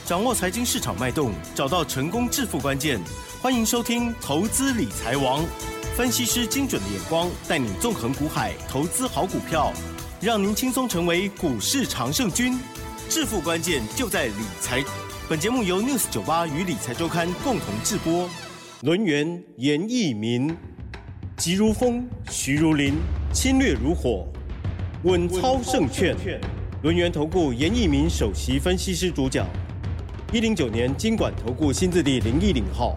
掌握财经市场脉动，找到成功致富关键。欢迎收听《投资理财王》，分析师精准的眼光，带你纵横股海，投资好股票，让您轻松成为股市常胜军。致富关键就在理财。本节目由 News98 与理财周刊共同制播。轮源严义民，急如风，徐如林，侵略如火，稳操胜券。轮源投顾严义民首席分析师主讲。109年金管投顾新字第010号。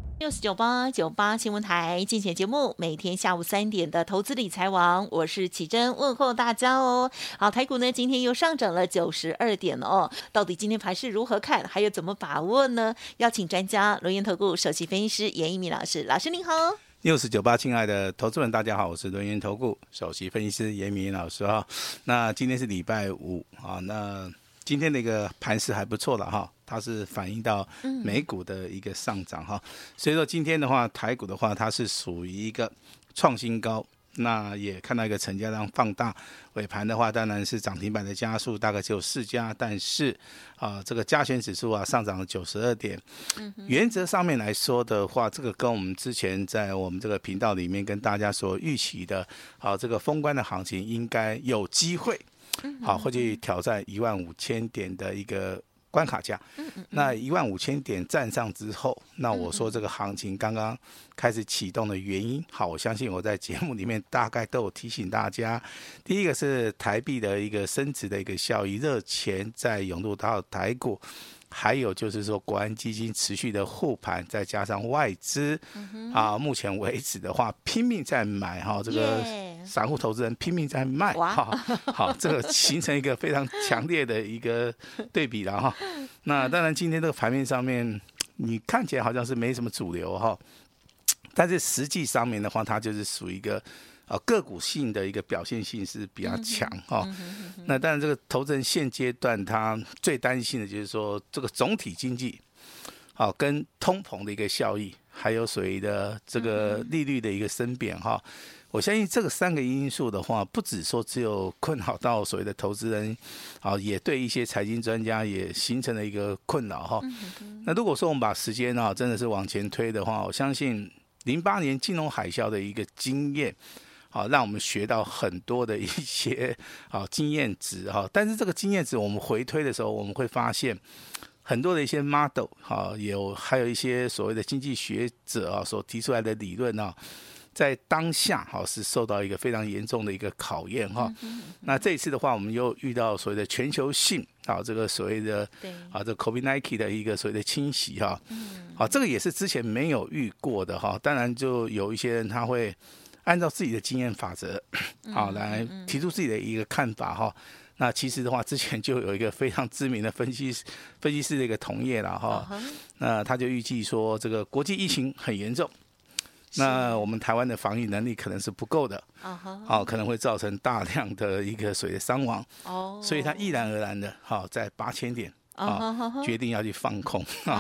News98新闻台竞选节目，每天下午3点的投资理财王，我是启真，问候大家哦。好，台股呢今天又上涨了92点哦，到底今天盘势如何看，还有怎么把握呢？邀请专家轮源投顾首席分析师严义民老师，老师您好。 News98，亲爱的投资们，大家好，我是轮源投顾首席分析师严义民老师哈。那今天是礼拜五啊，那今天的一个盘势还不错了哈，它是反映到美股的一个上涨哈，所以说今天的话，台股的话，它是属于一个创新高，那也看到一个成交量放大，尾盘的话当然是涨停板的家数大概只有4家，但是这个加权指数上涨了92点，原则上面来说的话，这个跟我们之前在我们这个频道里面跟大家所预期的这个封关的行情应该有机会会去挑战15000点的一个关卡价，那15000点站上之后，那我说这个行情刚刚开始启动的原因，好，我相信我在节目里面大概都有提醒大家，第一个是台币的一个升值的一个效益，热钱在涌入到台股，还有就是说国安基金持续的护盘，再加上外资目前为止的话拼命在买这个散户投资人拼命在卖，好，这个形成一个非常强烈的一个对比了哈。那当然今天这个盘面上面你看起来好像是没什么主流哈，但是实际上面的话，它就是属于一个个股性的一个表现性是比较强那当然这个投资人现阶段他最担心的就是说这个总体经济跟通膨的一个效益，还有所谓的这个利率的一个升贬我相信这个3个因素的话，不只说只有困扰到所谓的投资人也对一些财经专家也形成了一个困扰那如果说我们把时间真的是往前推的话，我相信08年金融海啸的一个经验让我们学到很多的一些经验值但是这个经验值我们回推的时候，我们会发现很多的一些 model 还有一些所谓的经济学者所提出来的理论在当下是受到一个非常严重的一个考验那这一次的话，我们又遇到所谓的全球性这个所谓的这个 COVID-19 的一个所谓的侵袭这个也是之前没有遇过的当然就有一些人他会按照自己的经验法则来提出自己的一个看法那其实的话，之前就有一个非常知名的分析师的一个同业了那他就预计说这个国际疫情很严重，那我们台湾的防疫能力可能是不够的可能会造成大量的一个水的伤亡所以他毅然而然的在8000点决定要去放空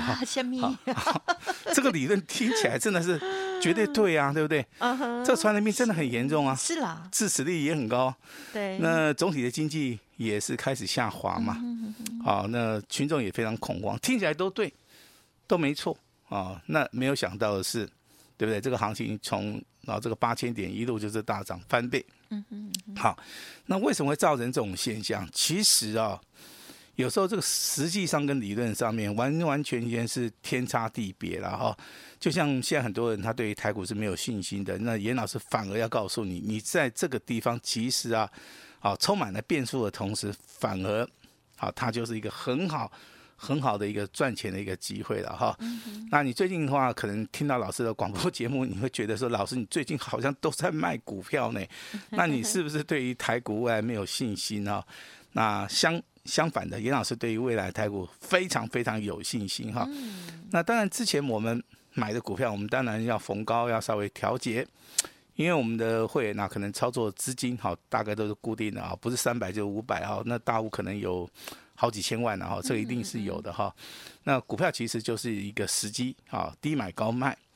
这个理论听起来真的是绝对对对不对这个传染病真的很严重是啦， 致死率也很高对， 那总体的经济也是开始下滑嘛那群众也非常恐慌，听起来都对，都没错那没有想到的是，对不对？这个行情从这个8000点一路就是大涨翻倍好，那为什么会造成这种现象？其实有时候这个实际上跟理论上面完完全全是天差地别了就像现在很多人他对于台股是没有信心的，那严老师反而要告诉你，你在这个地方其实充满了变数的同时，反而它就是一个很好的一个赚钱的一个机会了那你最近的话可能听到老师的广播节目，你会觉得说老师你最近好像都在卖股票呢那你是不是对于台股未来没有信心那相反的，严老师对于未来台股非常非常有信心那当然之前我们买的股票，我们当然要逢高要稍微调节，因为我们的会员可能操作资金大概都是固定的不是300就是500那大户可能有好几千万这个一定是有的那股票其实就是一个时机低买高卖。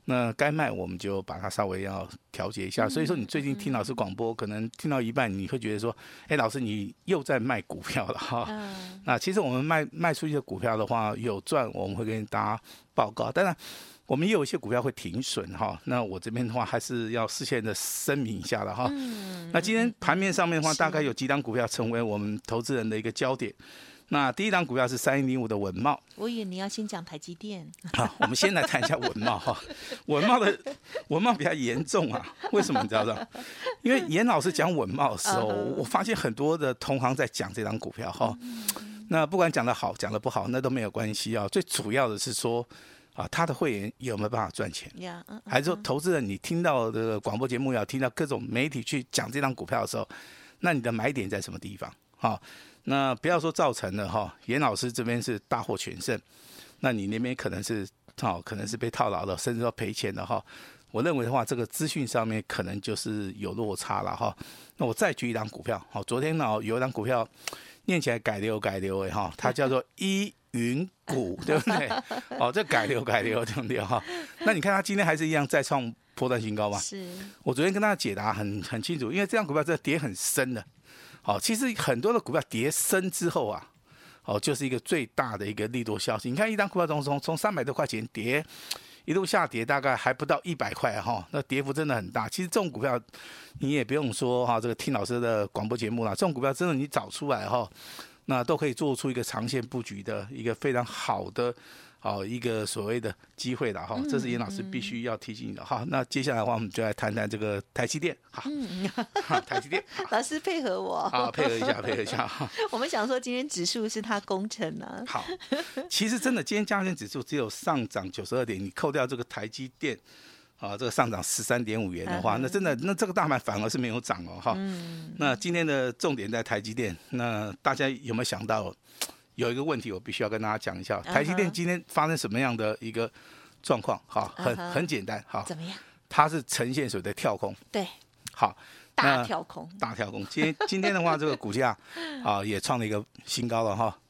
那该卖我们就把它稍微要调节一下。所以说你最近听老师广播，可能听到一半你会觉得说，老师你又在卖股票了哈。那其实我们卖出去的股票的话有赚，我们会跟大家报告。当然我们也有一些股票会停损哈。那我这边的话还是要事先的声明一下了哈。那今天盘面上面的话，大概有几档股票成为我们投资人的一个焦点。那第一档股票是3105的文茂， 我以为你要先讲台积电。 好，我们先来谈一下文茂哈。文茂比较严重啊，为什么你知道吗？因为严老师讲文茂的时候，我发现很多的同行在讲这档股票哈。那不管讲得好讲得不好，那都没有关系啊。最主要的是说他的会员有没有办法赚钱？还是说投资人你听到的广播节目，要听到各种媒体去讲这档股票的时候，那你的买点在什么地方？好。那不要说造成了哈，严老师这边是大获全胜，那你那边可能是被套牢了，甚至说赔钱了哈。我认为的话，这个资讯上面可能就是有落差了哈。那我再举一档股票，昨天有一档股票念起来改流哈，它叫做依云股，对不对？这改流对不对哈？那你看它今天还是一样再创波段新高嘛？是。我昨天跟大家解答很清楚，因为这档股票真的跌很深的。其实很多的股票跌深之后啊，就是一个最大的一个利多消息。你看一档股票从300多块钱跌，一路下跌，大概还不到100块哈，那跌幅真的很大。其实这种股票你也不用说这个听老师的广播节目啦，这种股票真的你找出来哈，那都可以做出一个长线布局的一个非常好的。一个所谓的机会了哈，这是严老师必须要提醒的哈。那接下来的话，我们就来谈谈这个台积电。好，台积电， 老师配合我。 好，配合一下。 我们想说，今天指数是它功臣啊。 好，其实真的，今天加权指数只有上涨92点，你扣掉这个台积电。这个上涨13.5元的话，那真的，那这个大盘反而是没有涨哦哈。那今天的重点在台积电，那大家有没有想到？有一个问题我必须要跟大家讲一下，台积电今天发生什么样的一个状况？好，很简单，好，怎么样？它是呈现所谓的跳空，对，好， 大跳空。 今天的话，这个股价也创了一个新高了哈。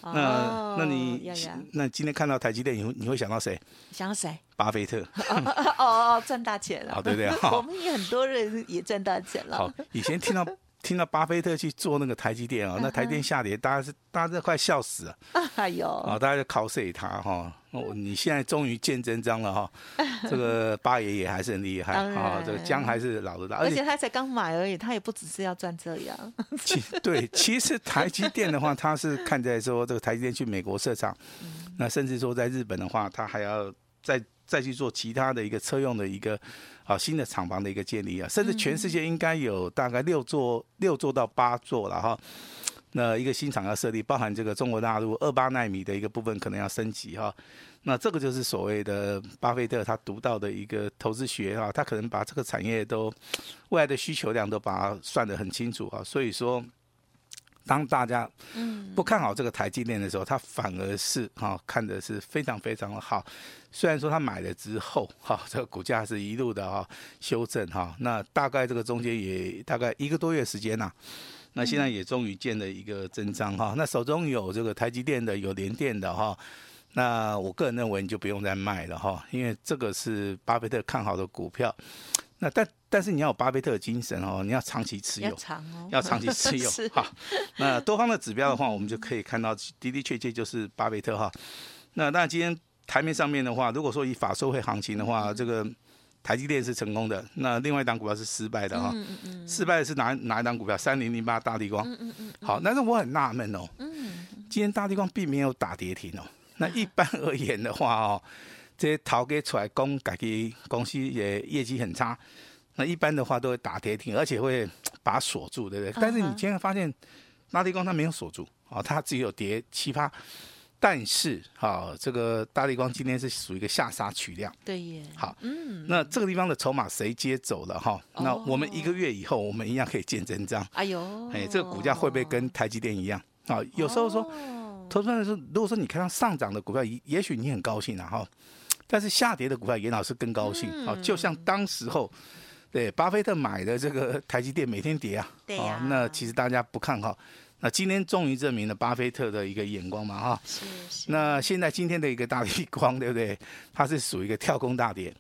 那今天看到台积电，你会想到谁？ 想到谁？ 巴菲特。 赚大钱了， 对不对？ 我们也很多人也赚大钱了。 好，以前听到巴菲特去做那个台积电那台积电下跌，大家都快笑死了。 哎呦， 大家就cos他哈。你现在终于见真章了哈。这个巴爷爷还是很厉害这个姜还是老的大， 而且他才刚买而已，他也不只是要赚这样。 对，其实台积电的话，他是看在说这个台积电去美国设厂，那甚至说在日本的话，他还要再去做其他的一个车用的一个新的厂房的一个建立甚至全世界应该有大概6座到8座了哈。那一个新厂要设立，包含这个中国大陆28奈米的一个部分可能要升级哈。那这个就是所谓的巴菲特他独到的一个投资学他可能把这个产业都未来的需求量都把它算得很清楚所以说。当大家不看好这个台积电的时候，他反而是看的是非常非常的好。虽然说他买了之后这个股价是一路的修正那大概这个中间也大概1个多月时间那现在也终于见了一个真章那手中有这个台积电的，有联电的那我个人认为你就不用再卖了因为这个是巴菲特看好的股票。那但是你要有巴菲特的精神你要长期持有，要长期持有好。那多方的指标的话，我们就可以看到的确就是巴菲特那当然今天台面上面的话，如果说以法说会行情的话，这个台积电是成功的，那另外一档股票是失败的失败的是哪一档股票？3008大立光。好，但是我很纳闷今天大立光并没有打跌停那一般而言的话这些头家出来讲自己公司也业绩很差，那一般的话都会打跌停，而且会把它锁住，对不对？但是你今天发现大立光它没有锁住它只有跌7%，但是这个大立光今天是属于一个下杀取量， 对耶。 好，那这个地方的筹码谁接走了那我们1个月以后，我们一样可以见真章。哎呦，这个股价会不会跟台积电一样有时候说，投资人说，如果说你看到上涨的股票，也许你很高兴但是下跌的股票，严老师更高兴就像当时候，对巴菲特买的这个台积电每天跌对那其实大家不看好。那今天终于证明了巴菲特的一个眼光嘛是。 那现在今天的一个大立光，对不对？它是属于一个跳空大跌。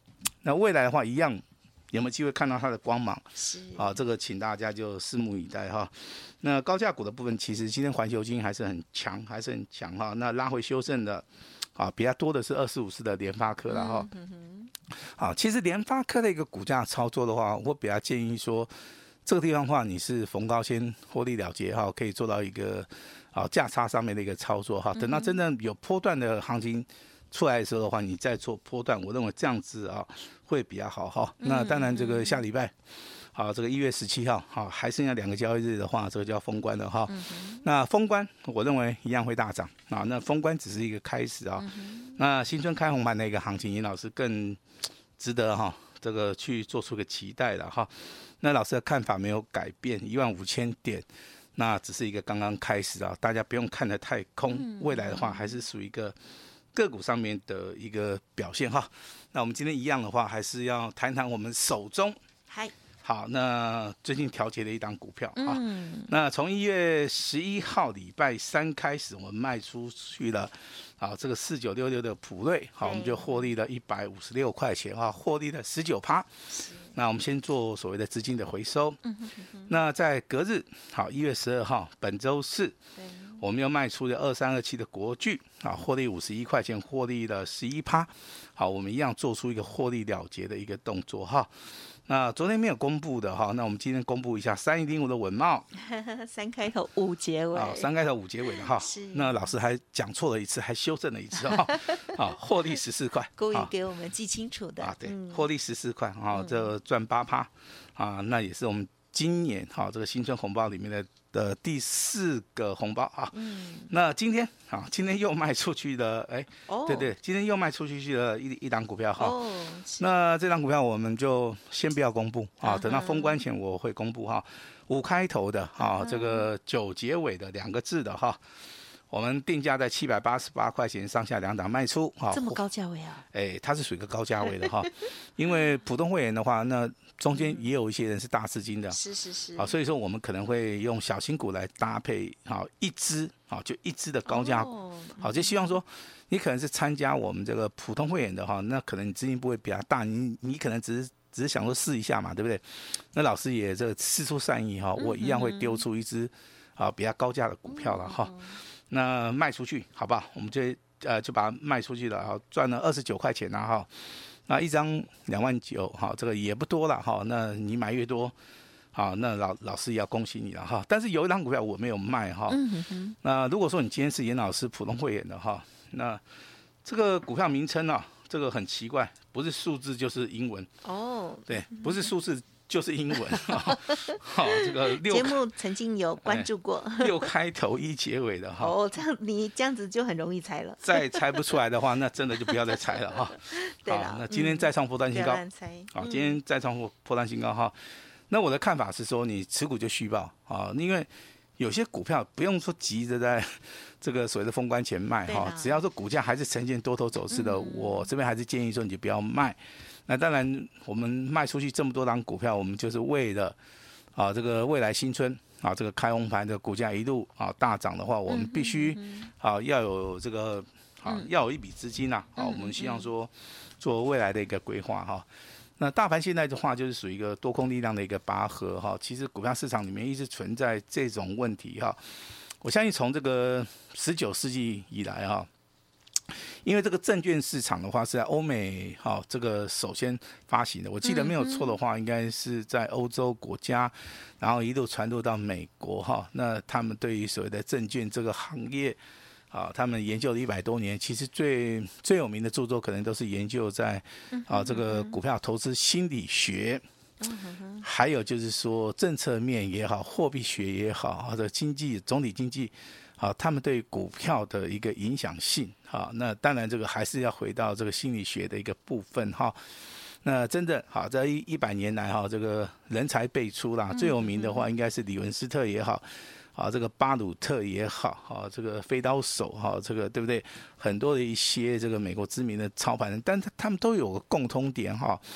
那未来的话，一样有没有机会看到它的光芒？ 是这个请大家就拭目以待哈。那高价股的部分，其实今天环球金还是很强，哈。那拉回修正的比较多的是2454的联发科了哈。其实联发科的一个股价操作的话，我比较建议说，这个地方的话，你是逢高先获利了结哈，可以做到一个价差上面的一个操作哈。等到真正有波段的行情出来的时候的话，你再做波段，我认为这样子会比较好哈。那当然这个下礼拜。这个1月17号，还剩下2个交易日的话，这个就要封关了哈。那封关，我认为一样会大涨那封关只是一个开始那新春开红盘的一个行情，尹老师更值得这个去做出个期待了哈。那老师的看法没有改变，15000点，那只是一个刚刚开始大家不用看得太空，未来的话还是属于一个个股上面的一个表现哈。那我们今天一样的话，还是要谈谈我们手中好，那最近调节的一档股票那从1月11号礼拜3开始，我们卖出去了这个4966的普瑞，我们就获利了156块钱获利了19%。那我们先做所谓的资金的回收。那在隔日1月12号本周四，我们又卖出了2327的国巨获利51块钱，获利了11%。好，我们一样做出一个获利了结的一个动作那昨天没有公布的那我们今天公布一下3105的稳懋 3开头5结尾 3开头5结尾的那老师还讲错了一次，还修正了一次获利14块， 故意给我们记清楚的对，获利14块这赚8%那也是我们今年这个新春红包里面的第4个红包那今天又卖出去了对，今天又卖出去了一档股票那这档股票我们就先不要公布等到封关前我会公布5开头的这个9结尾的2个字的我们定价在788块钱上下2档卖出这么高价位它是属于一个高价位的因为普通会员的话，那中间也有一些人是大资金的， 是所以说我们可能会用小型股来搭配一支就一支的高价股就希望说你可能是参加我们这个普通会员的那可能你资金不会比较大，你可能只是想说试一下嘛，对不对？那老师也这释出善意我一样会丢出一支比较高价的股票了那卖出去好不好？我们就把它卖出去了赚了29块钱那一张29000这个也不多了那你买越多那老师也要恭喜你了但是有一档股票我没有卖那如果说你今天是严老师普通会员的那这个股票名称这个很奇怪，不是数字就是英文对，不是数字就是英文这个节目曾经有关注过 6开头1结尾的你这样子就很容易猜了。 再猜不出来的话，那真的就不要再猜了对了， 那今天再创波段新高今天再创波段新高那我的看法是说，你持股就续报因为有些股票不用说急着在这个所谓的封关前卖只要说股价还是呈现多头走势的，我这边还是建议说你就不要卖。那当然，我们卖出去这么多档股票，我们就是为了这个未来新春这个开红盘的股价一路大涨的话，我们必须要有这个要有一笔资金我们希望说做未来的一个规划那大盘现在的话，就是属于一个多空力量的一个拔河其实股票市场里面一直存在这种问题我相信从这个19世纪以来因为这个证券市场的话是在欧美这个首先发行的，我记得没有错的话，应该是在欧洲国家，然后一路传入到美国那他们对于所谓的证券这个行业他们研究了100多年，其实最有名的著作可能都是研究在这个股票投资心理学，还有就是说政策面也好，货币学也好，或者总体经济他们对股票的一个影响性那当然这个还是要回到这个心理学的一个部分那真的在100年来这个人才辈出啦，最有名的话应该是李文斯特也好这个巴鲁特也好这个飞刀手这个对不对？很多的一些这个美国知名的操盘人，但他们都有个共通点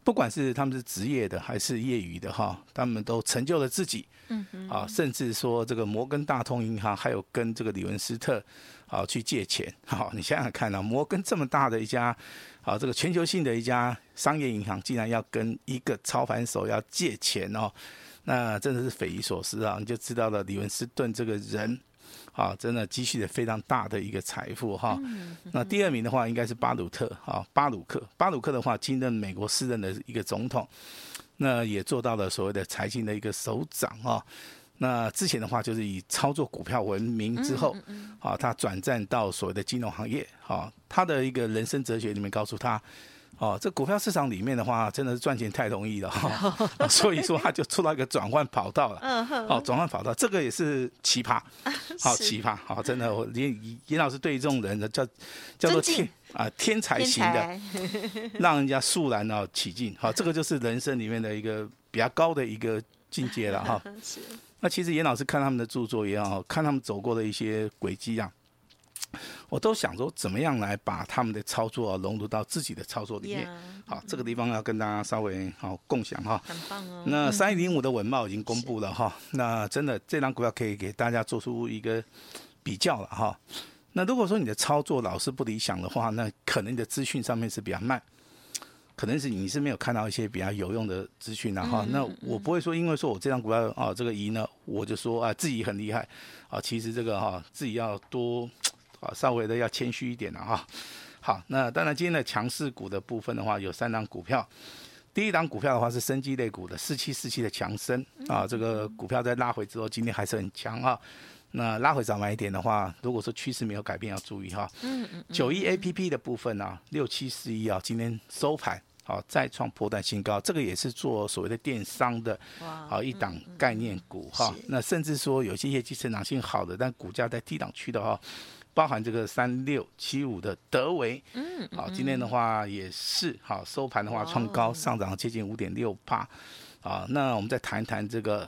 不管是他们是职业的还是业余的哈，他们都成就了自己。甚至说这个摩根大通银行还有跟这个李文斯特去借钱。好，你想想看啊，摩根这么大的一家这个全球性的一家商业银行，竟然要跟一个操盘手要借钱哦，那真的是匪夷所思啊！你就知道了李文斯顿这个人。真的积蓄了非常大的一个财富哈。那第二名的话应该是巴鲁克的话，经任美国4任的一个总统，那也做到了所谓的财经的一个首长哈。那之前的话就是以操作股票闻名之后，他转战到所谓的金融行业，他的一个人生哲学里面告诉他。这股票市场里面的话，真的是赚钱太容易了所以说他就出到一个转换跑道了。转换跑道，这个也是奇葩，奇葩，真的，严老师对于这种人的叫做天才型的，让人家肃然起敬。这个就是人生里面的一个比较高的一个境界了哈。那其实严老师看他们的著作也好，看他们走过的一些轨迹啊。我都想说怎么样来把他们的操作融入到自己的操作里面。好，这个地方要跟大家稍微共享哈。 很棒哦。 那3105的稳懋已经公布了哈，那真的这张股票可以给大家做出一个比较了哈。那如果说你的操作老是不理想的话，那可能你的资讯上面是比较慢，可能是你是没有看到一些比较有用的资讯哈。那我不会说因为说我这张股票这个赢呢，我就说自己很厉害其实这个自己要多。稍微的要谦虚一点了哈。好，那当然今天的强势股的部分的话，有3档股票。第一档股票的话是生技类股的4747的强生这个股票在拉回之后，今天还是很强那拉回早买一点的话，如果说趋势没有改变，要注意哈。91APP 的部分6741今天收盘再创波段新高，这个也是做所谓的电商的一档概念股那甚至说有些业绩成长性好的，但股价在低档区的包含这个3675的德微，今天的话也是收盘的话创高，上涨接近5.6%。那我们再谈谈这个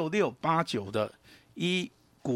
6689的一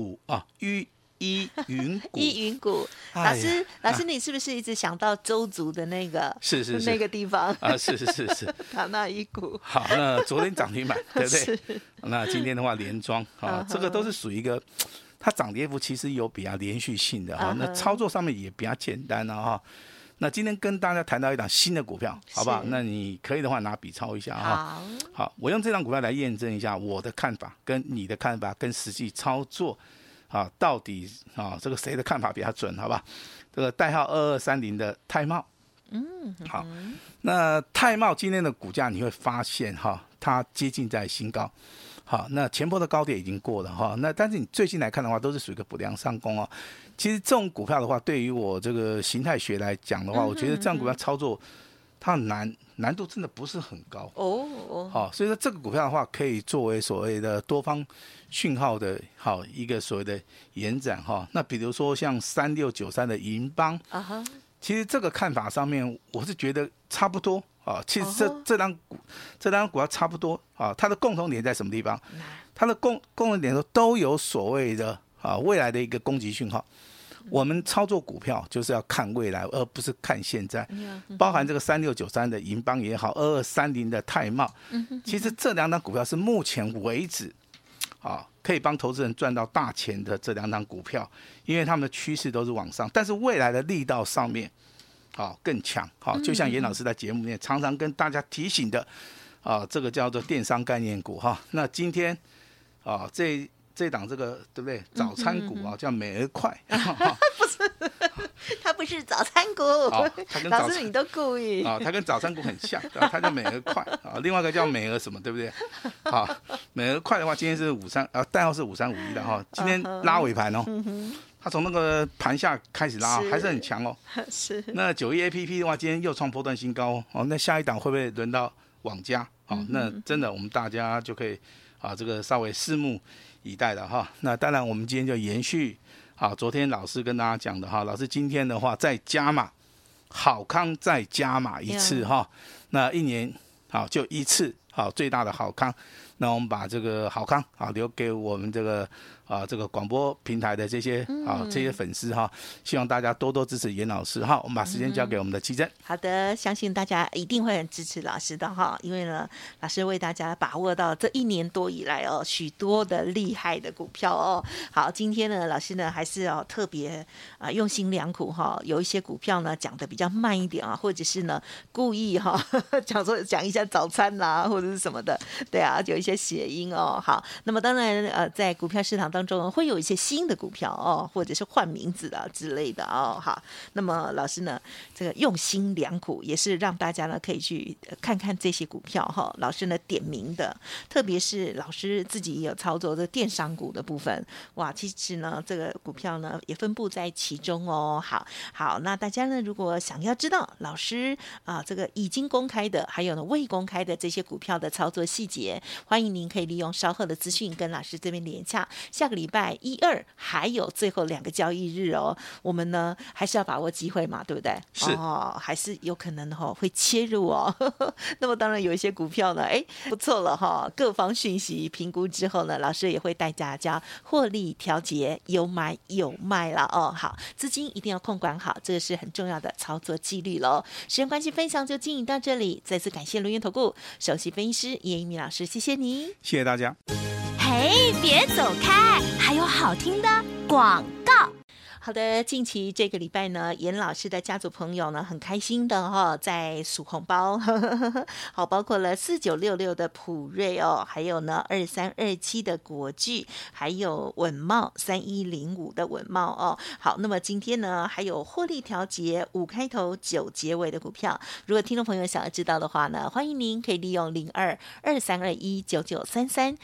云股。 依云股，老师，你是不是一直想到周族的那个？ 是那个地方是。 好，那一股。 好，那昨天涨停板，对不对？那今天的话连庄这个都是属于一个。它涨跌幅其实有比较连续性的那操作上面也比较简单那今天跟大家谈到一档新的股票，好不好？那你可以的话拿笔抄一下好，我用这档股票来验证一下我的看法跟你的看法跟实际操作到底这个谁的看法比较准，好吧？这个代号2230的泰茂，好，那泰茂今天的股价你会发现它接近在新高。好，那前波的高点已经过了那但是你最近来看的话，都是属于一个不良上攻其实这种股票的话，对于我这个形态学来讲的话，我觉得这样股票操作它难度真的不是很高所以说这个股票的话，可以作为所谓的多方讯号的一个所谓的延展那比如说像3693的银邦其实这个看法上面，我是觉得差不多其实这张股票差不多它的共同点在什么地方？它的共同点都有所谓的未来的一个攻击讯号。我们操作股票就是要看未来，而不是看现在。包含这个3693的银邦也好，2230的泰茂，其实这2档股票是目前为止可以帮投资人赚到大钱的这2档股票，因为他们的趋势都是往上，但是未来的力道上面更强就像严老师在节目里面常常跟大家提醒的这个叫做电商概念股那今天这档这个对不对？早餐股叫美而快不是，它不是早餐股老师你都故意它跟早餐股很像它叫美而快另外一个叫美而什么对不对？美而快的话今天是代号是5351的今天拉尾盘它从那个盘下开始拉还是很强是。 那91APP 的话今天又创波段新高那下一档会不会轮到网家那真的我们大家就可以这个稍微拭目以待了那当然我们今天就延续昨天老师跟大家讲的老师今天的话再加码好康再加码一次那一年就一次最大的好康。 那我们把这个好康留给我们这个广播平台的这些粉丝希望大家多多支持严老师我们把时间交给我们的奇珍。 好的，相信大家一定会很支持老师的因为呢，老师为大家把握到这1年多以来许多的厉害的股票好，今天呢，老师呢还是特别用心良苦有一些股票呢讲的比较慢一点或者是呢故意讲一下早餐啦或者是什么的，对啊，有一些谐音好，那么当然在股票市场当中会有一些新的股票或者是换名字之类的好，那么老师呢这个用心良苦也是让大家呢可以去看看这些股票老师呢点名的，特别是老师自己也有操作的电商股的部分，哇，其实呢这个股票呢也分布在其中好，那大家呢如果想要知道老师这个已经公开的还有呢未公开的这些股票的操作细节，欢迎您可以利用稍后的资讯跟老师这边连洽。下个礼拜1、2还有最后2个交易日我们呢还是要把握机会嘛，对不对？ 是还是有可能会切入那么当然有一些股票呢不错了各方讯息评估之后呢，老师也会带大家获利调节，有买有卖了好，资金一定要控管好，这个是很重要的操作纪律咯。时间关系，分享就进行到这里，再次感谢轮源投顾首席分析师叶一鸣老师，谢谢你， 谢谢大家。 嘿，别走开，还有好听的广告。 好的，近期这个礼拜呢，严老师的家族朋友呢很开心的在数红包，好，包括了4966的普瑞还有呢2327的国巨，还有稳懋3105的稳懋好，那么今天呢还有获利调节5开头9结尾的股票，如果听众朋友想要知道的话呢，欢迎您可以利用0223219933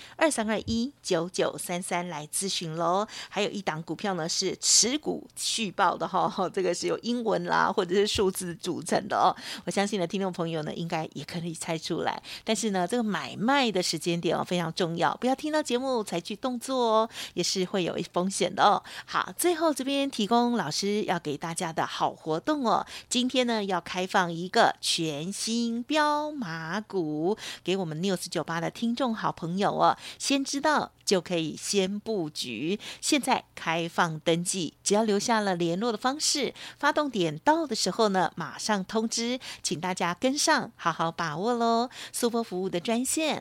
23219933来咨询咯。还有一档股票呢是持股续报的这个是由英文啦或者是数字组成的我相信呢听众朋友呢应该也可以猜出来，但是呢这个买卖的时间点非常重要，不要听到节目才去动作也是会有风险的好，最后这边提供老师要给大家的好活动今天呢要开放一个全新标码股给我们 News98 的听众好朋友先知道就可以先布局，现在开放登记，只要留下了联络的方式，发动点到的时候呢马上通知，请大家跟上，好好把握咯。速播服务的专线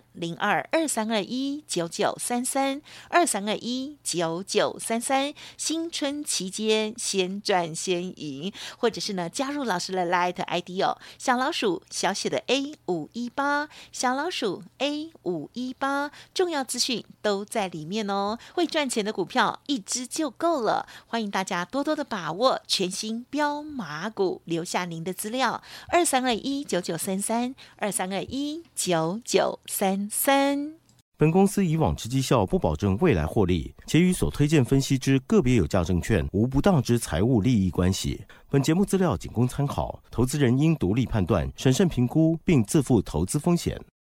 0223219933 23219933，新春期间先赚先赢，或者是呢加入老师的 Light ID 小老鼠小写的 A518， 小老鼠 A518， 重要资讯都在里面会赚钱的股票一支就够了，欢迎大家多多的把握全新标码股，留下您的资料23219933 23219933。 本公司以往之绩效不保证未来获利，且与所推荐分析之个别有价证券无不当之财务利益关系。本节目资料仅供参考，投资人应独立判断、审慎评估，并自负投资风险。